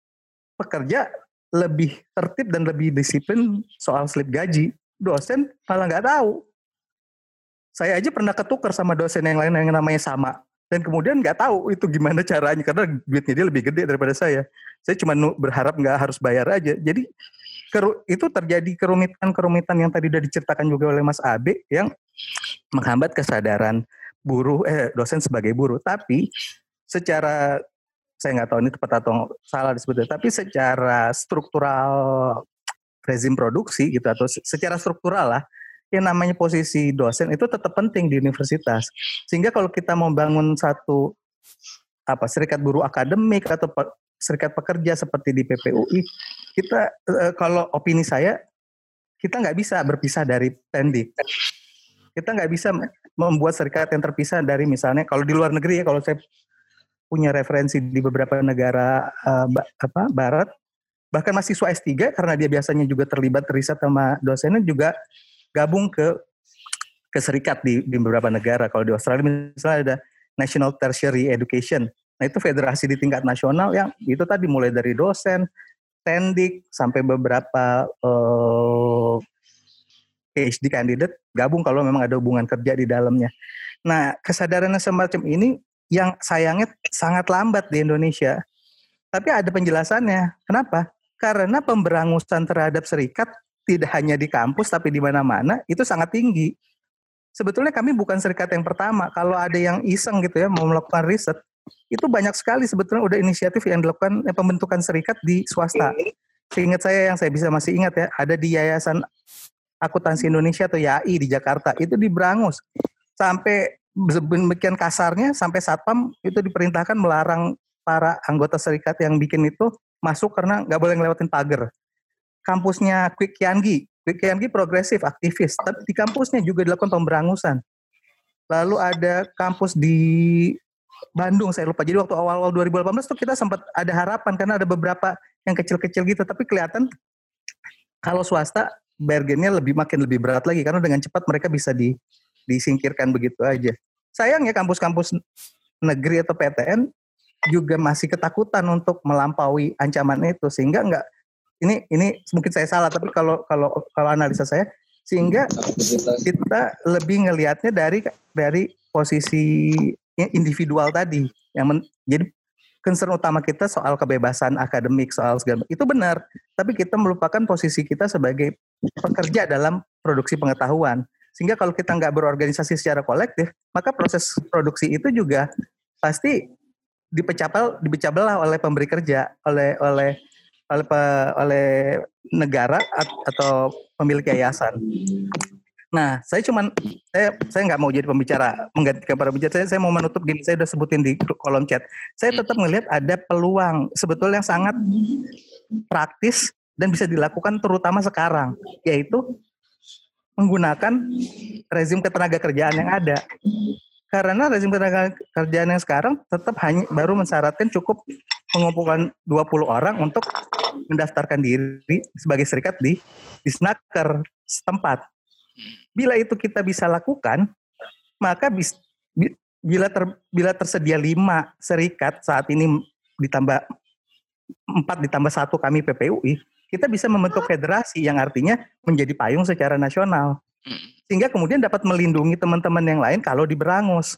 pekerja lebih tertib dan lebih disiplin soal slip gaji. Dosen malah nggak tahu. Saya aja pernah ketukar sama dosen yang lain yang namanya sama. Dan kemudian nggak tahu itu gimana caranya, karena duitnya dia lebih gede daripada saya. Saya cuma berharap nggak harus bayar aja. Jadi itu terjadi kerumitan-kerumitan yang tadi udah diceritakan juga oleh Mas Abe yang menghambat kesadaran buruh, eh dosen sebagai buruh. Tapi secara, saya nggak tahu ini tepat atau salah disebutnya, tapi secara struktural rezim produksi gitu, atau secara struktural lah, yang namanya posisi dosen itu tetap penting di universitas. Sehingga kalau kita membangun satu apa serikat buruh akademik atau pe, serikat pekerja seperti di P P U I, kita e, kalau opini saya, kita nggak bisa berpisah dari Tendik. Kita nggak bisa membuat serikat yang terpisah dari, misalnya kalau di luar negeri ya, kalau saya punya referensi di beberapa negara uh, apa, barat, bahkan mahasiswa S tiga karena dia biasanya juga terlibat riset sama dosennya juga gabung ke ke serikat di, di beberapa negara. Kalau di Australia misalnya ada National Tertiary Education. Nah itu federasi di tingkat nasional yang itu tadi mulai dari dosen, tendik, sampai beberapa uh, P H D candidate gabung kalau memang ada hubungan kerja di dalamnya. Nah kesadaran semacam ini yang sayangnya sangat lambat di Indonesia. Tapi ada penjelasannya. Kenapa? Karena pemberangusan terhadap serikat tidak hanya di kampus tapi di mana-mana itu sangat tinggi. Sebetulnya kami bukan serikat yang pertama. Kalau ada yang iseng gitu ya mau melakukan riset, itu banyak sekali sebetulnya udah inisiatif yang dilakukan eh, pembentukan serikat di swasta. Seingat saya yang saya bisa masih ingat ya, ada di Yayasan Akuntansi Indonesia atau Y A I di Jakarta, itu di Brangus. Sampai demikian kasarnya, sampai Satpam itu diperintahkan melarang para anggota serikat yang bikin itu masuk karena nggak boleh ngelewatin pagar. Kampusnya Kwik Kiangi, Kwik Kiangi progresif, aktivis, tapi di kampusnya juga dilakukan pemberangusan. Lalu ada kampus di Bandung, saya lupa. Jadi waktu awal-awal dua ribu delapan belas tuh kita sempat ada harapan karena ada beberapa yang kecil-kecil gitu, tapi kelihatan kalau swasta bargainnya lebih makin lebih berat lagi karena dengan cepat mereka bisa di, disingkirkan begitu aja. Sayangnya kampus-kampus negeri atau P T N juga masih ketakutan untuk melampaui ancaman itu, sehingga enggak ini ini mungkin saya salah, tapi kalau kalau kalau analisa saya, sehingga kita lebih ngelihatnya dari dari posisi individual tadi yang men, jadi concern utama kita soal kebebasan akademik, soal segala itu benar, tapi kita melupakan posisi kita sebagai pekerja dalam produksi pengetahuan. Sehingga kalau kita nggak berorganisasi secara kolektif, maka proses produksi itu juga pasti dipecah dipecah belah oleh pemberi kerja, oleh oleh oleh oleh negara atau pemilik yayasan. Nah, saya cuman saya saya nggak mau jadi pembicara menggantikan para pembicara. Saya, saya mau menutup gini. Saya udah sebutin di kolom chat. Saya tetap melihat ada peluang sebetulnya yang sangat praktis dan bisa dilakukan terutama sekarang, yaitu menggunakan rezim ketenaga kerjaan yang ada. Karena rezim ketenaga kerjaan yang sekarang tetap hanya baru mensyaratkan cukup mengumpulkan dua puluh orang untuk mendaftarkan diri sebagai serikat di di Snaker setempat. Bila itu kita bisa lakukan, maka bis, bila ter, bila tersedia lima serikat saat ini ditambah empat ditambah satu kami P P U I, kita bisa membentuk federasi yang artinya menjadi payung secara nasional. Sehingga kemudian dapat melindungi teman-teman yang lain kalau diberangus.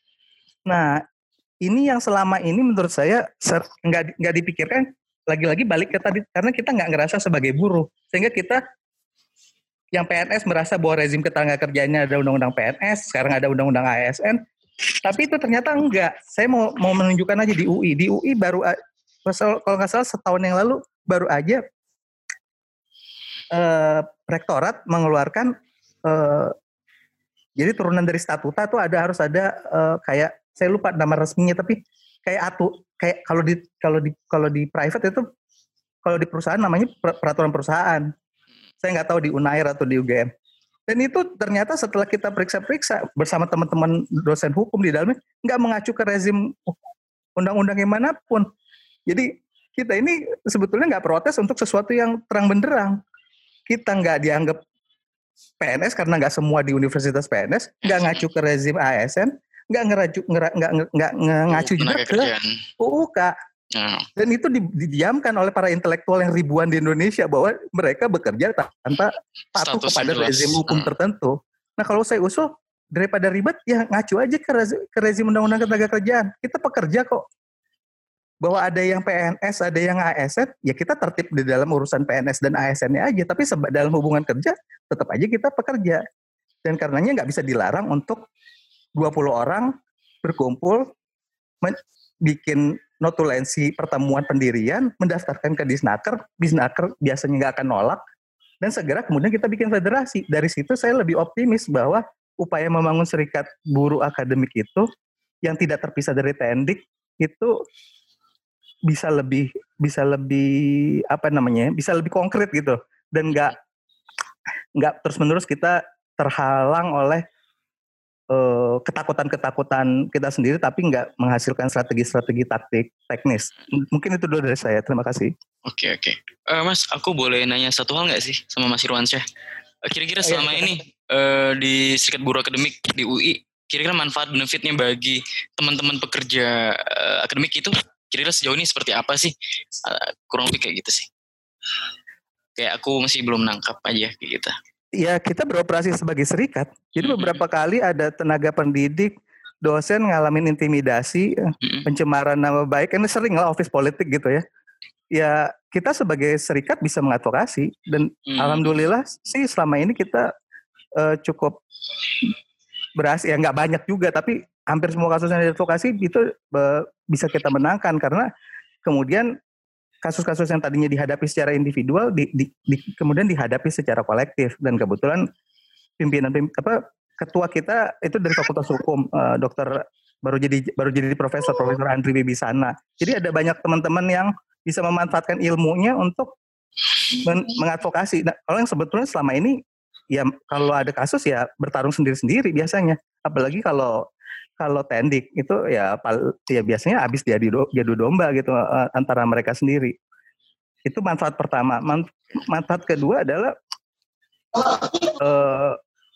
Nah, ini yang selama ini menurut saya nggak nggak dipikirkan, lagi-lagi balik ke tadi, karena kita nggak ngerasa sebagai buruh. Sehingga kita yang P N S merasa bahwa rezim ketenaga kerjaannya ada undang-undang P N S, sekarang ada undang-undang A S N, tapi itu ternyata enggak. Saya mau mau menunjukkan aja di U I. Di U I baru, kalau nggak salah setahun yang lalu, baru aja eh, rektorat mengeluarkan, eh, jadi turunan dari statuta tuh ada harus ada eh, kayak, saya lupa nama resminya, tapi kayak atu, kayak kalau di kalau di kalau di private itu, kalau di perusahaan namanya peraturan perusahaan. Saya nggak tahu di Unair atau di U G M. Dan itu ternyata setelah kita periksa-periksa bersama teman-teman dosen hukum di dalamnya, nggak mengacu ke rezim undang-undang yang manapun. Jadi kita ini sebetulnya nggak protes untuk sesuatu yang terang benderang. Kita nggak dianggap P N S karena nggak semua di universitas P N S, nggak ngacu ke rezim A S N, nggak ngeracu nggak nggak ngacu juga ke U U K. Dan itu didiamkan oleh para intelektual yang ribuan di Indonesia bahwa mereka bekerja tanpa patuh status kepada rezim hukum hmm. tertentu. Nah, kalau saya usul, daripada ribet ya ngacu aja ke rezim, ke rezim undang-undang ketenaga kerjaan. Kita pekerja kok. Bahwa ada yang P N S, ada yang A S N, ya kita tertib di dalam urusan P N S dan A S N-nya aja. Tapi dalam hubungan kerja, tetap aja kita pekerja. Dan karenanya nggak bisa dilarang untuk dua puluh orang berkumpul, men- bikin notulensi pertemuan pendirian, mendaftarkan ke Disnaker, Disnaker biasanya nggak akan nolak, dan segera kemudian kita bikin federasi. Dari situ saya lebih optimis bahwa upaya membangun serikat buruh akademik itu, yang tidak terpisah dari Tendik, itu bisa lebih, bisa lebih, apa namanya, bisa lebih konkret gitu, dan nggak, nggak terus-menerus kita terhalang oleh Uh, ketakutan-ketakutan kita sendiri, tapi nggak menghasilkan strategi-strategi taktik teknis. Mungkin itu dulu dari saya. Terima kasih. Oke, oke. Uh, Mas, aku boleh nanya satu hal nggak sih sama Mas Irwansyah? Uh, kira-kira selama ini uh, di Serikat Buruh Akademik di U I, kira-kira manfaat benefitnya bagi teman-teman pekerja uh, akademik itu, kira-kira sejauh ini seperti apa sih? Uh, kurang lebih kayak gitu sih. Kayak aku masih belum nangkap aja kayak gitu. Ya, kita beroperasi sebagai serikat. Jadi beberapa kali ada tenaga pendidik, dosen ngalamin intimidasi, pencemaran nama baik. Ini sering lah office politik gitu ya. Ya, kita sebagai serikat bisa mengadvokasi. Dan hmm. alhamdulillah sih selama ini kita uh, cukup berhasil. Ya nggak banyak juga, tapi hampir semua kasus yang diadvokasi itu uh, bisa kita menangkan karena kemudian kasus-kasus yang tadinya dihadapi secara individual di, di, di, kemudian dihadapi secara kolektif dan kebetulan pimpinan pim, apa ketua kita itu dari Fakultas Hukum uh, Dokter baru jadi baru jadi profesor Profesor Andri Wibisana. Jadi ada banyak teman-teman yang bisa memanfaatkan ilmunya untuk men, mengadvokasi. Nah, kalau yang sebetulnya selama ini ya kalau ada kasus ya bertarung sendiri-sendiri biasanya. Apalagi kalau kalau tendik itu ya ya biasanya habis diadu diadu domba gitu uh, antara mereka sendiri. Itu manfaat pertama. Man, manfaat kedua adalah uh,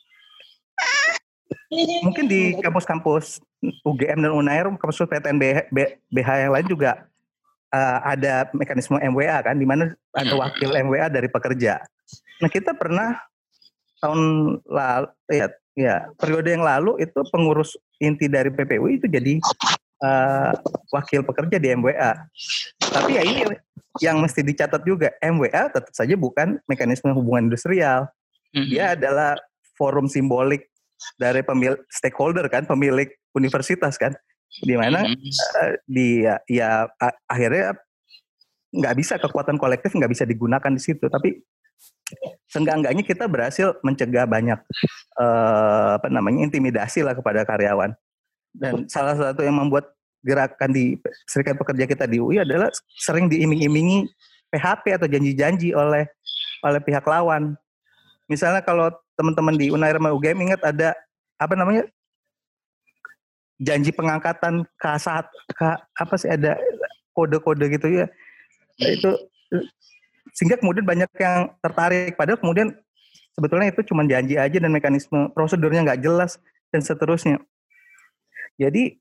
mungkin di kampus-kampus U G M dan Unair, kampus P T N B H yang lain juga uh, ada mekanisme M W A kan, di mana ada wakil M W A dari pekerja. Nah kita pernah tahun lalu ya, ya periode yang lalu itu pengurus inti dari P P U I itu jadi uh, wakil pekerja di M W A. Tapi ya ini yang mesti dicatat juga, M W A tetap saja bukan mekanisme hubungan industrial. Dia adalah forum simbolik dari pemilik stakeholder kan, pemilik universitas kan, di mana uh, di ya, ya akhirnya nggak bisa kekuatan kolektif nggak bisa digunakan di situ. Tapi seenggak-enggaknya kita berhasil mencegah banyak uh, apa namanya intimidasi lah kepada karyawan. Dan salah satu yang membuat gerakan di Serikat Pekerja kita di U I adalah sering diiming-imingi P H P atau janji-janji oleh oleh pihak lawan. Misalnya kalau teman-teman di Unair sama U G M ingat ada apa namanya janji pengangkatan K satu K apa sih ada kode-kode gitu ya. Itu sehingga kemudian banyak yang tertarik, padahal kemudian sebetulnya itu cuma janji aja dan mekanisme prosedurnya nggak jelas dan seterusnya. Jadi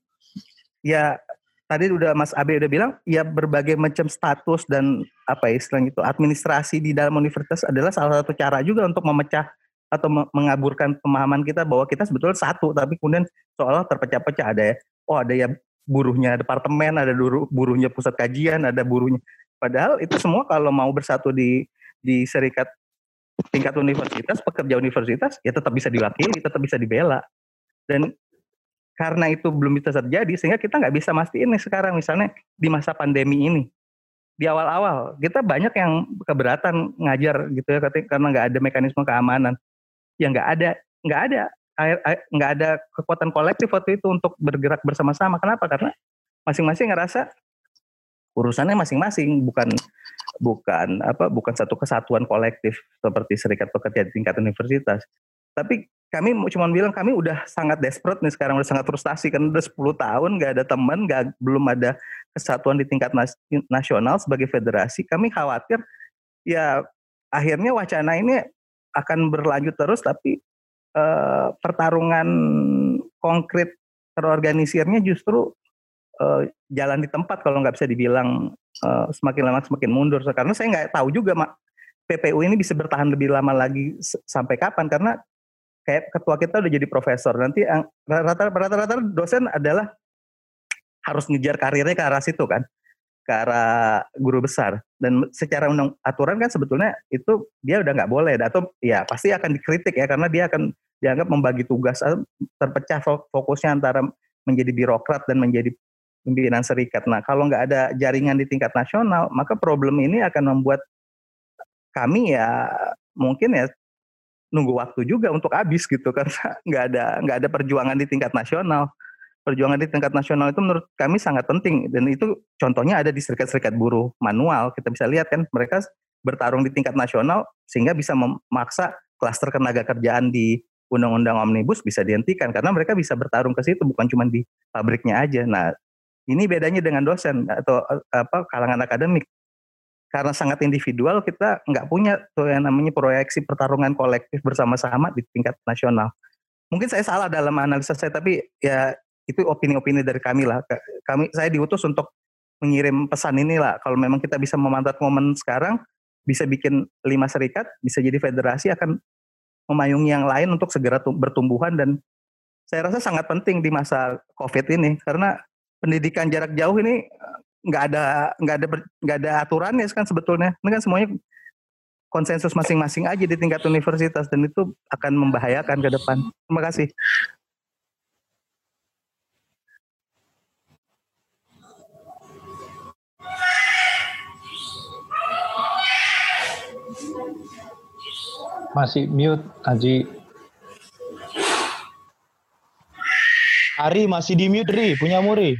ya tadi udah Mas Abe udah bilang ya berbagai macam status dan apa ya istilahnya itu administrasi di dalam universitas adalah salah satu cara juga untuk memecah atau mengaburkan pemahaman kita bahwa kita sebetulnya satu, tapi kemudian seolah terpecah-pecah. Ada ya, oh ada ya buruhnya departemen, ada buruhnya pusat kajian, ada buruhnya. Padahal itu semua kalau mau bersatu di di serikat tingkat universitas, pekerja universitas, ya tetap bisa diwakili, tetap bisa dibela. Dan karena itu belum bisa terjadi, sehingga kita nggak bisa mastiin nih sekarang, misalnya di masa pandemi ini, di awal-awal kita banyak yang keberatan ngajar gitu ya, karena nggak ada mekanisme keamanan. Ya nggak ada, nggak ada, nggak ada kekuatan kolektif waktu itu untuk bergerak bersama-sama. Kenapa? Karena masing-masing ngerasa urusannya masing-masing, bukan bukan apa bukan satu kesatuan kolektif seperti serikat pekerja di tingkat universitas. Tapi kami cuma bilang kami udah sangat desperate nih sekarang, udah sangat frustasi karena udah sepuluh tahun nggak ada teman, nggak belum ada kesatuan di tingkat nas, nasional sebagai federasi. Kami khawatir ya akhirnya wacana ini akan berlanjut terus, tapi eh, pertarungan konkret terorganisirnya justru Uh, jalan di tempat kalau nggak bisa dibilang uh, semakin lama semakin mundur. Karena saya nggak tahu juga Mak, P P U ini bisa bertahan lebih lama lagi s- sampai kapan, karena kayak ketua kita udah jadi profesor, nanti ang- rata-rata dosen adalah harus ngejar karirnya ke arah situ kan, ke arah guru besar, dan secara undang aturan kan sebetulnya itu dia udah nggak boleh, atau ya pasti akan dikritik ya karena dia akan dianggap membagi tugas, terpecah fokusnya antara menjadi birokrat dan menjadi pimpinan serikat. Nah, kalau nggak ada jaringan di tingkat nasional, maka problem ini akan membuat kami ya mungkin ya nunggu waktu juga untuk habis gitu, karena nggak ada nggak ada perjuangan di tingkat nasional. Perjuangan di tingkat nasional itu menurut kami sangat penting, dan itu contohnya ada di serikat-serikat buruh manual. Kita bisa lihat kan mereka bertarung di tingkat nasional sehingga bisa memaksa klaster tenaga kerjaan di undang-undang omnibus bisa dihentikan karena mereka bisa bertarung ke situ, bukan cuma di pabriknya aja. Nah, ini bedanya dengan dosen atau apa kalangan akademik. Karena sangat individual, kita nggak punya tuh yang namanya proyeksi pertarungan kolektif bersama-sama di tingkat nasional. Mungkin saya salah dalam analisa saya, tapi ya itu opini-opini dari kami lah. Kami, saya diutus untuk mengirim pesan inilah. Kalau memang kita bisa memanfaat momen sekarang, bisa bikin lima serikat, bisa jadi federasi, akan memayungi yang lain untuk segera bertumbuhan, dan saya rasa sangat penting di masa COVID ini karena pendidikan jarak jauh ini nggak ada nggak ada nggak ada aturannya kan sebetulnya. Ini kan semuanya konsensus masing-masing aja di tingkat universitas, dan itu akan membahayakan ke depan. Terima kasih. Masih mute, Aji. Ari masih di mute, Ri. Punya Muri.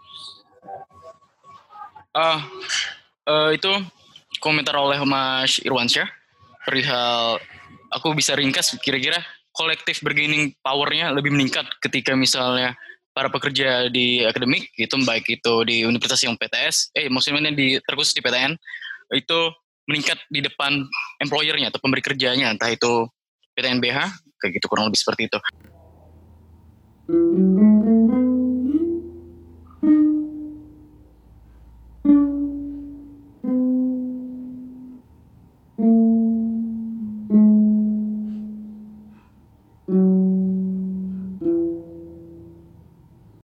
Ah, uh, itu komentar oleh Mas Irwansyah perihal aku bisa ringkas kira-kira kolektif bargaining power-nya lebih meningkat ketika misalnya para pekerja di akademik gitu, baik itu di universitas yang P T S, eh maksudnya di terkhusus di P T N itu meningkat di depan employer-nya atau pemberi kerjanya, entah itu P T N B H kayak gitu, kurang lebih seperti itu.